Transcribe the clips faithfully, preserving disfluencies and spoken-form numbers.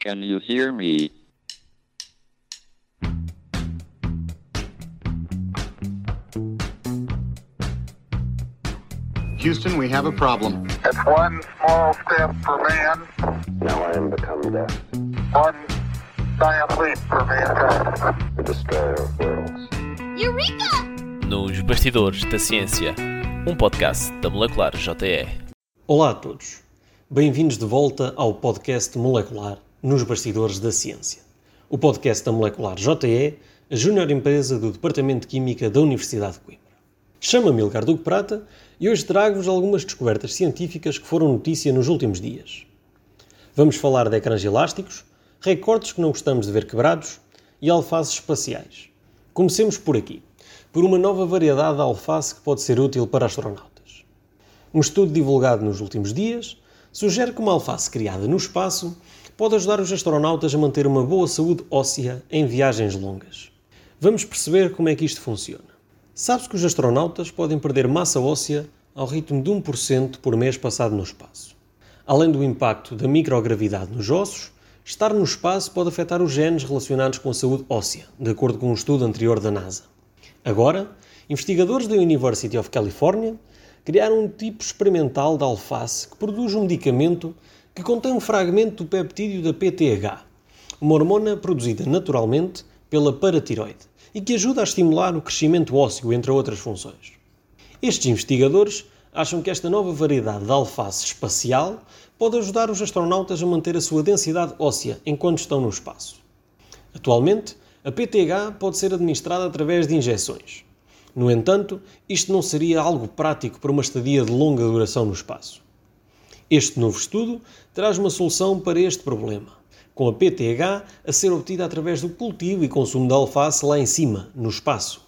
Can you hear me? Houston, we have a problem. It's one small step for man. Now I am become death, One giant leap for mankind. the destroyer of worlds. Eureka! Nos Bastidores da Ciência, um podcast da Molecular J E. Olá a todos. Bem-vindos de volta ao podcast Molecular nos Bastidores da Ciência. O podcast da Molecular J E, a júnior empresa do Departamento de Química da Universidade de Coimbra. Chamo-me Amilcar Duque Prata e hoje trago-vos algumas descobertas científicas que foram notícia nos últimos dias. Vamos falar de ecrãs elásticos, recortes que não gostamos de ver quebrados e alfaces espaciais. Comecemos por aqui, por uma nova variedade de alface que pode ser útil para astronautas. Um estudo divulgado nos últimos dias sugere que uma alface criada no espaço pode ajudar os astronautas a manter uma boa saúde óssea em viagens longas. Vamos perceber como é que isto funciona. Sabe-se que os astronautas podem perder massa óssea ao ritmo de um por cento por mês passado no espaço. Além do impacto da microgravidade nos ossos, estar no espaço pode afetar os genes relacionados com a saúde óssea, de acordo com um estudo anterior da NASA. Agora, investigadores da University of California criaram um tipo experimental de alface que produz um medicamento que contém um fragmento do peptídeo da P T H, uma hormona produzida naturalmente pela paratiroide e que ajuda a estimular o crescimento ósseo, entre outras funções. Estes investigadores acham que esta nova variedade de alface espacial pode ajudar os astronautas a manter a sua densidade óssea enquanto estão no espaço. Atualmente, a P T H pode ser administrada através de injeções. No entanto, isto não seria algo prático para uma estadia de longa duração no espaço. Este novo estudo traz uma solução para este problema, com a P T H a ser obtida através do cultivo e consumo de alface lá em cima, no espaço.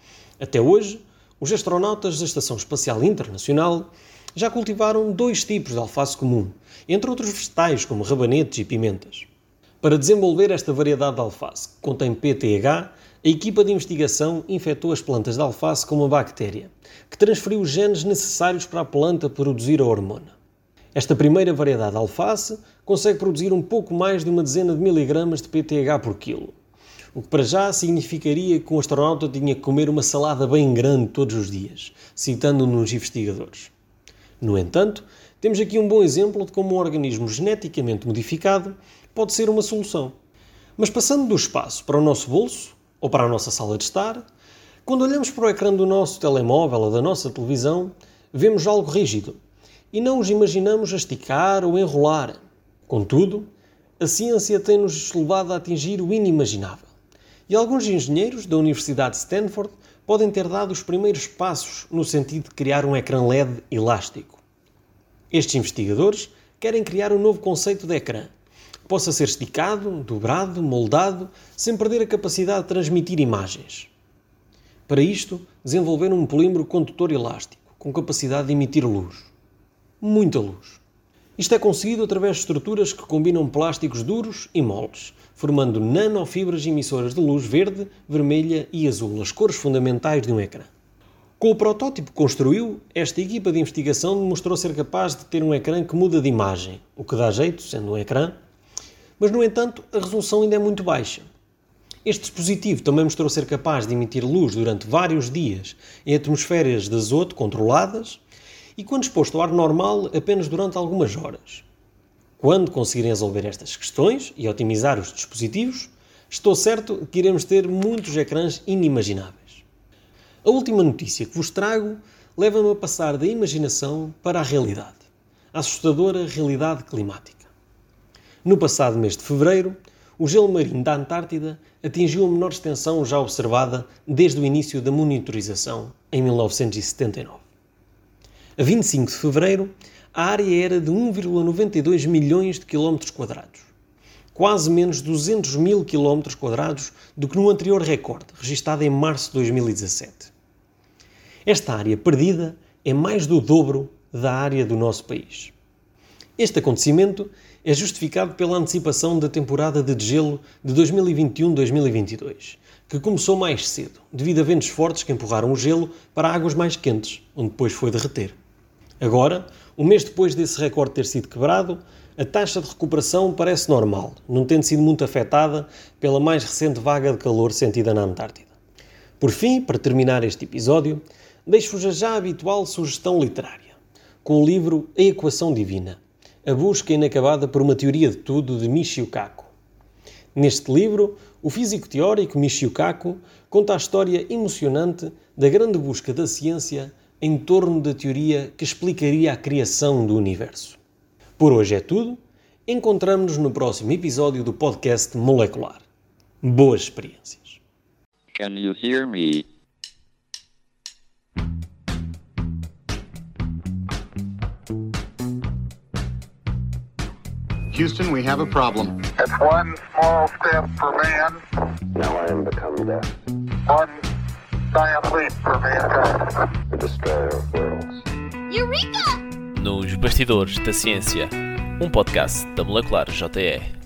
Até hoje, os astronautas da Estação Espacial Internacional já cultivaram dois tipos de alface comum, entre outros vegetais como rabanetes e pimentas. Para desenvolver esta variedade de alface que contém P T H, a equipa de investigação infectou as plantas de alface com uma bactéria, que transferiu os genes necessários para a planta produzir a hormona. Esta primeira variedade de alface consegue produzir um pouco mais de uma dezena de miligramas de P T H por quilo, o que para já significaria que um astronauta tinha que comer uma salada bem grande todos os dias, citando-nos investigadores. No entanto, temos aqui um bom exemplo de como um organismo geneticamente modificado pode ser uma solução. Mas passando do espaço para o nosso bolso, ou para a nossa sala de estar, quando olhamos para o ecrã do nosso telemóvel ou da nossa televisão, vemos algo rígido e não os imaginamos a esticar ou enrolar. Contudo, a ciência tem-nos levado a atingir o inimaginável. E alguns engenheiros da Universidade de Stanford podem ter dado os primeiros passos no sentido de criar um ecrã L E D elástico. Estes investigadores querem criar um novo conceito de ecrã, que possa ser esticado, dobrado, moldado, sem perder a capacidade de transmitir imagens. Para isto, desenvolveram um polímero condutor elástico, com capacidade de emitir luz. Muita luz. Isto é conseguido através de estruturas que combinam plásticos duros e moles, formando nanofibras emissoras de luz verde, vermelha e azul, as cores fundamentais de um ecrã. Com o protótipo que construiu, esta equipa de investigação demonstrou ser capaz de ter um ecrã que muda de imagem, o que dá jeito, sendo um ecrã, mas, no entanto, a resolução ainda é muito baixa. Este dispositivo também mostrou ser capaz de emitir luz durante vários dias em atmosferas de azoto controladas e, quando exposto ao ar normal, apenas durante algumas horas. Quando conseguirem resolver estas questões e otimizar os dispositivos, estou certo que iremos ter muitos ecrãs inimagináveis. A última notícia que vos trago leva-me a passar da imaginação para a realidade, a assustadora realidade climática. No passado mês de fevereiro, o gelo marinho da Antártida atingiu a menor extensão já observada desde o início da monitorização, em mil novecentos e setenta e nove. A vinte e cinco de fevereiro, a área era de um vírgula noventa e dois milhões de quilómetros quadrados, quase menos duzentos mil quilómetros quadrados do que no anterior recorde, registado em março de dois mil e dezassete. Esta área perdida é mais do dobro da área do nosso país. Este acontecimento é justificado pela antecipação da temporada de degelo de dois mil e vinte e um a dois mil e vinte e dois, que começou mais cedo, devido a ventos fortes que empurraram o gelo para águas mais quentes, onde depois foi derreter. Agora, um mês depois desse recorde ter sido quebrado, A taxa de recuperação parece normal, não tendo sido muito afetada pela mais recente vaga de calor sentida na Antártida. Por fim, para terminar este episódio, deixo-vos a já habitual sugestão literária, com o livro A Equação Divina, a busca inacabada por uma teoria de tudo de Michio Kaku. Neste livro, o físico teórico Michio Kaku conta a história emocionante da grande busca da ciência em torno da teoria que explicaria a criação do universo. Por hoje é tudo. Encontramo-nos no próximo episódio do podcast Molecular. Boas experiências. Can you hear me? Houston, we have a problem. It's one small step for man, Now I am become death, one giant leap for mankind. the destroyer of worlds. Nos Bastidores da Ciência, um podcast da Molecular J E.